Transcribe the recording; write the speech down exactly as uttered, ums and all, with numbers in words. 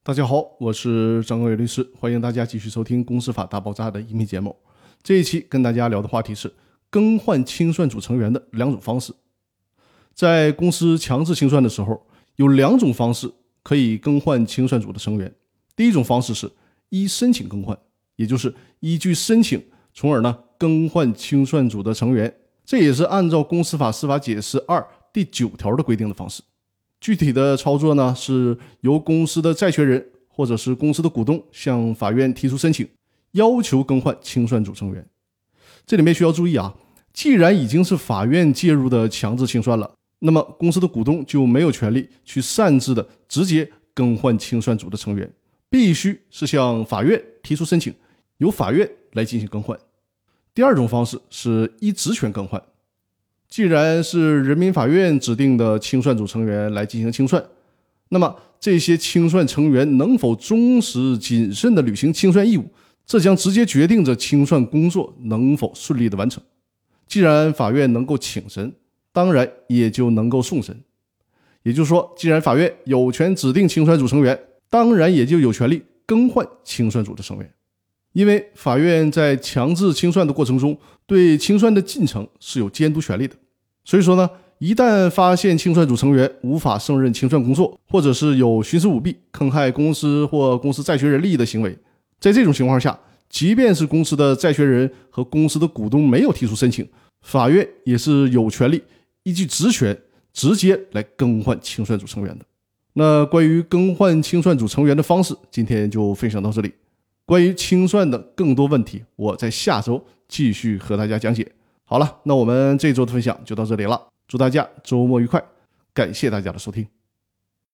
大家好，我是张国伟律师，欢迎大家继续收听《公司法大爆炸》的音频节目。这一期跟大家聊的话题是更换清算组成员的两种方式。在公司强制清算的时候，有两种方式可以更换清算组的成员。第一种方式是依申请更换，也就是依据申请，从而呢更换清算组的成员，这也是按照《公司法司法解释二》第九条的规定的方式。具体的操作呢，是由公司的债权人或者是公司的股东向法院提出申请，要求更换清算组成员。这里面需要注意啊，既然已经是法院介入的强制清算了，那么公司的股东就没有权利去擅自的直接更换清算组的成员，必须是向法院提出申请，由法院来进行更换。第二种方式是依职权更换。既然是人民法院指定的清算组成员来进行清算，那么这些清算成员能否忠实谨慎地履行清算义务，这将直接决定着清算工作能否顺利地完成。既然法院能够请审，当然也就能够送审。也就是说，既然法院有权指定清算组成员，当然也就有权利更换清算组的成员。因为法院在强制清算的过程中，对清算的进程是有监督权利的。所以说呢，一旦发现清算组成员无法胜任清算工作，或者是有徇私舞弊、坑害公司或公司债权人利益的行为，在这种情况下，即便是公司的债权人和公司的股东没有提出申请，法院也是有权利依据职权直接来更换清算组成员的。那关于更换清算组成员的方式，今天就分享到这里。关于清算的更多问题，我在下周继续和大家讲解。好了，那我们这周的分享就到这里了，祝大家周末愉快，感谢大家的收听。